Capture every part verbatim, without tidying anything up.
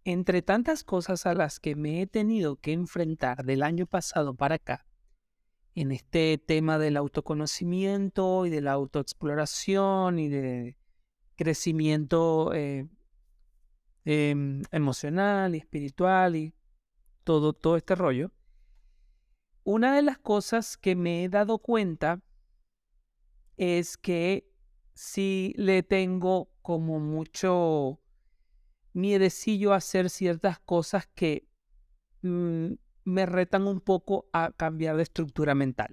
entre tantas cosas a las que me he tenido que enfrentar del año pasado para acá, en este tema del autoconocimiento y de la autoexploración y de crecimiento eh, em, emocional y espiritual y todo, todo este rollo, una de las cosas que me he dado cuenta es que sí le tengo como mucho miedecillo a hacer ciertas cosas que mm, me retan un poco a cambiar de estructura mental.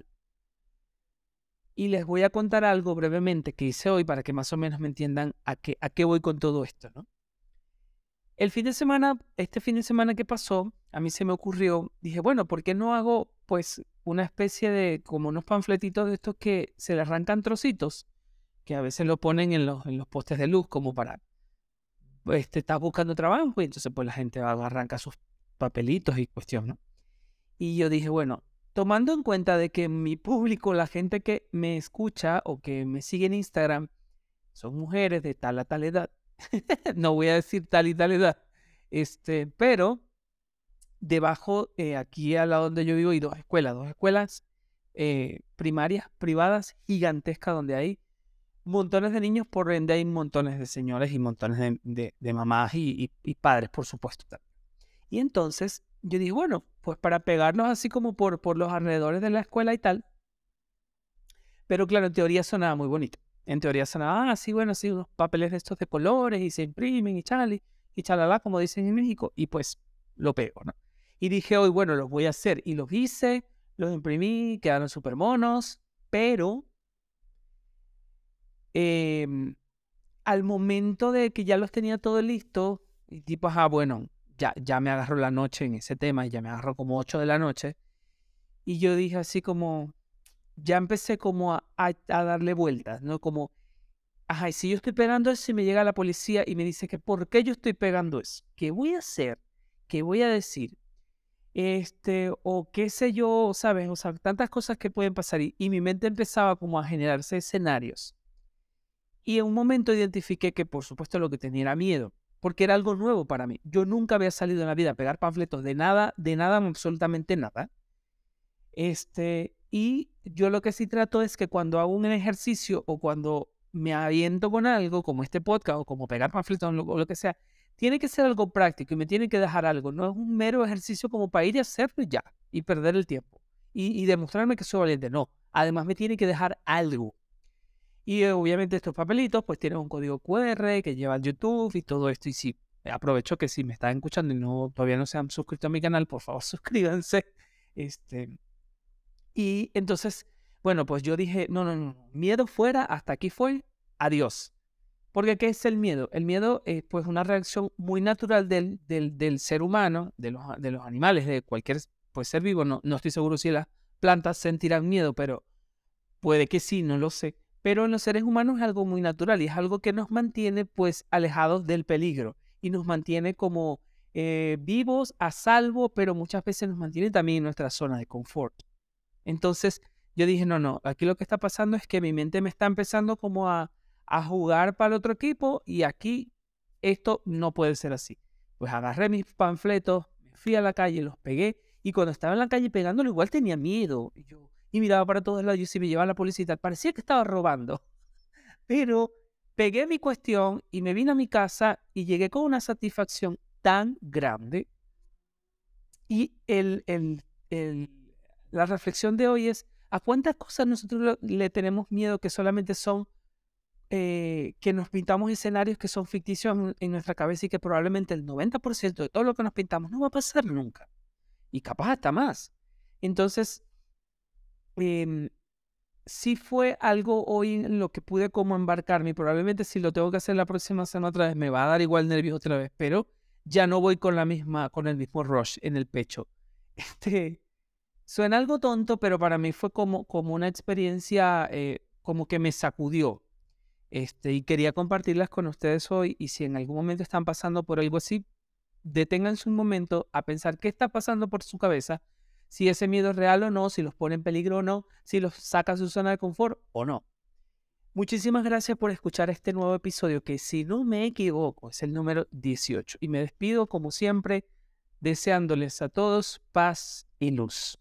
Y les voy a contar algo brevemente que hice hoy para que más o menos me entiendan a qué, a qué voy con todo esto, ¿no? El fin de semana, este fin de semana que pasó, a mí se me ocurrió, dije, bueno, ¿por qué no hago pues una especie de, como unos panfletitos de estos que se le arrancan trocitos, que a veces lo ponen en los, en los postes de luz como para, este, estás buscando trabajo y entonces pues la gente va, arranca sus papelitos y cuestión, ¿no? Y yo dije, bueno, tomando en cuenta de que mi público, la gente que me escucha o que me sigue en Instagram, son mujeres de tal a tal edad, no voy a decir tal y tal edad, este, pero debajo, eh, aquí al lado donde yo vivo, hay dos escuelas, dos escuelas eh, primarias privadas gigantescas donde hay montones de niños, por ende hay montones de señores y montones de, de- de mamás y, y- y padres, por supuesto. También. Y entonces yo dije, bueno, pues para pegarnos así como por, por los alrededores de la escuela y tal, pero claro, en teoría sonaba muy bonito. En teoría sonaba, ah, sí, bueno, sí, unos papeles de estos de colores y se imprimen y chale, y chalala, como dicen en México, y pues lo pego, ¿no? Y dije hoy, bueno, los voy a hacer. Y los hice, los imprimí, quedaron súper monos, pero em, al momento de que ya los tenía todo listo, y tipo, ah, bueno, ya, ya me agarró la noche en ese tema, y ya me agarró como ocho de la noche, y yo dije así como, ya empecé como a, a- a darle vueltas, ¿no? Como, ajá, y si yo estoy pegando eso y me llega la policía y me dice que por qué yo estoy pegando eso, ¿qué voy a hacer? ¿Qué voy a decir? Este, o qué sé yo, ¿sabes? O sea, tantas cosas que pueden pasar y, y mi mente empezaba como a generarse escenarios. Y en un momento identifiqué que por supuesto lo que tenía era miedo, porque era algo nuevo para mí. Yo nunca había salido en la vida a pegar panfletos de nada, de nada, absolutamente nada. Este, y yo lo que sí trato es que cuando hago un ejercicio o cuando me aviento con algo, como este podcast o como pegar panfletos o lo, o lo que sea, tiene que ser algo práctico y me tiene que dejar algo. No es un mero ejercicio como para ir a hacerlo y ya, y perder el tiempo. Y, y demostrarme que soy valiente. No, además me tiene que dejar algo. Y eh, obviamente estos papelitos pues tienen un código Q R que lleva al YouTube y todo esto. Y sí, aprovecho que si me están escuchando y no, todavía no se han suscrito a mi canal, por favor suscríbanse. Este, y entonces, bueno, pues yo dije, no, no, no, miedo fuera, hasta aquí fue, adiós. Porque ¿qué es el miedo? El miedo es pues una reacción muy natural del, del, del ser humano, de los, de los animales, de cualquier pues, ser vivo. No, no estoy seguro si las plantas sentirán miedo, pero puede que sí, no lo sé. Pero en los seres humanos es algo muy natural y es algo que nos mantiene pues alejados del peligro y nos mantiene como eh, vivos, a salvo, pero muchas veces nos mantiene también en nuestra zona de confort. Entonces yo dije, no, no, aquí lo que está pasando es que mi mente me está empezando como a, a jugar para el otro equipo y aquí esto no puede ser así. Pues agarré mis panfletos, me fui a la calle, los pegué y cuando estaba en la calle pegándolo igual tenía miedo. Y yo y miraba para todos lados y si me llevaba la policía y tal, parecía que estaba robando. Pero pegué mi cuestión y me vine a mi casa y llegué con una satisfacción tan grande. Y el, el, el, la reflexión de hoy es, ¿a cuántas cosas nosotros le tenemos miedo que solamente son, eh, que nos pintamos escenarios que son ficticios en, en nuestra cabeza y que probablemente el noventa por ciento de todo lo que nos pintamos no va a pasar nunca? Y capaz hasta más. Entonces, eh, sí fue algo hoy en lo que pude como embarcarme y probablemente si lo tengo que hacer la próxima semana otra vez me va a dar igual nervios otra vez, pero ya no voy con la misma, con el mismo rush en el pecho. Este, suena algo tonto, pero para mí fue como, como una experiencia eh, como que me sacudió. Este, y quería compartirlas con ustedes hoy. Y si en algún momento están pasando por algo así, deténganse un momento a pensar qué está pasando por su cabeza, si ese miedo es real o no, si los pone en peligro o no, si los saca de su zona de confort o no. Muchísimas gracias por escuchar este nuevo episodio que, si no me equivoco, es el número dieciocho. Y me despido, como siempre, deseándoles a todos paz y luz.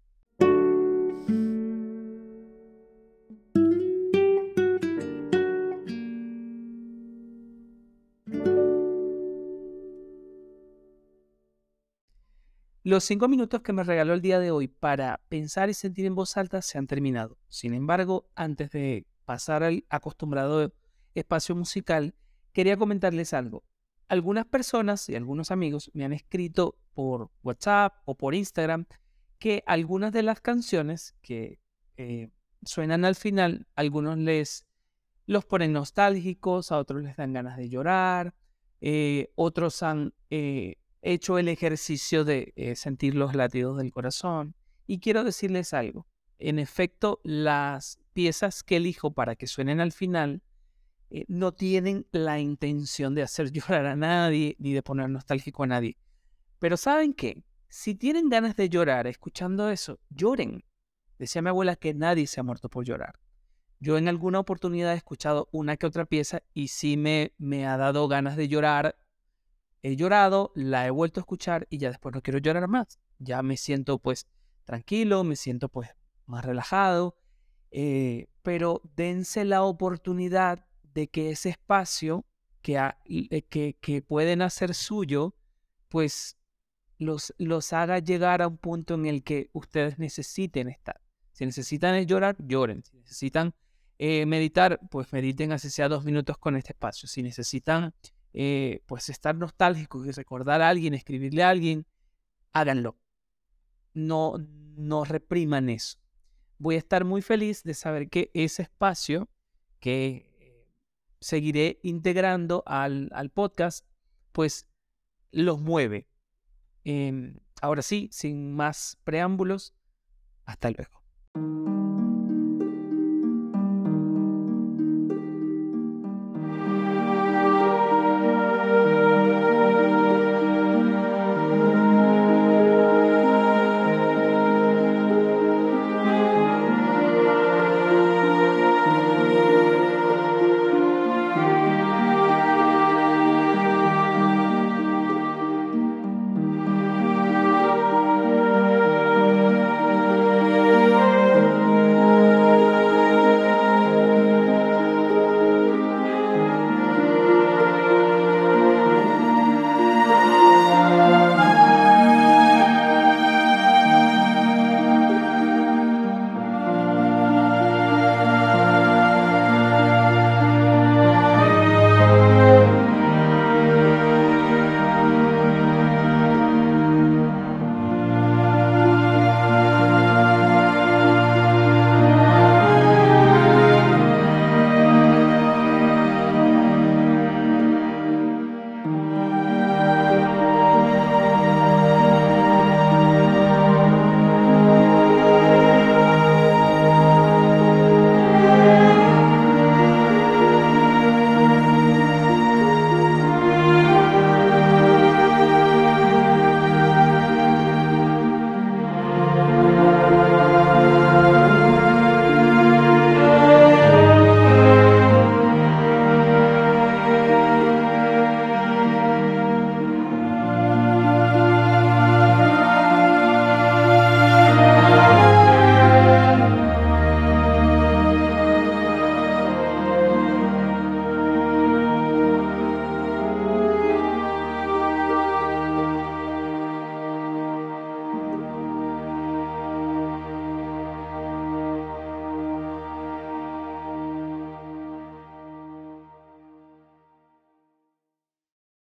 Los cinco minutos que me regaló el día de hoy para pensar y sentir en voz alta se han terminado. Sin embargo, antes de pasar al acostumbrado espacio musical, quería comentarles algo. Algunas personas y algunos amigos me han escrito por WhatsApp o por Instagram que algunas de las canciones que eh, suenan al final, algunos les los ponen nostálgicos, a otros les dan ganas de llorar, eh, otros han eh, hecho el ejercicio de eh, sentir los latidos del corazón. Y quiero decirles algo. En efecto, las piezas que elijo para que suenen al final eh, no tienen la intención de hacer llorar a nadie ni de poner nostálgico a nadie. Pero ¿saben qué? Si tienen ganas de llorar escuchando eso, lloren. Decía mi abuela que nadie se ha muerto por llorar. Yo en alguna oportunidad he escuchado una que otra pieza y sí me, me ha dado ganas de llorar. He llorado, la he vuelto a escuchar y ya después no quiero llorar más. Ya me siento pues tranquilo, me siento pues más relajado. Eh, pero dense la oportunidad de que ese espacio que, ha- eh, que, que pueden hacer suyo, pues los, los haga llegar a un punto en el que ustedes necesiten estar. Si necesitan llorar, lloren. Si necesitan eh, meditar, pues mediten así sea dos minutos con este espacio. Si necesitan eh, pues estar nostálgicos y recordar a alguien, escribirle a alguien, háganlo. No, no repriman eso. Voy a estar muy feliz de saber que ese espacio que eh, seguiré integrando al, al podcast, pues los mueve. Eh, ahora sí, sin más preámbulos, hasta luego.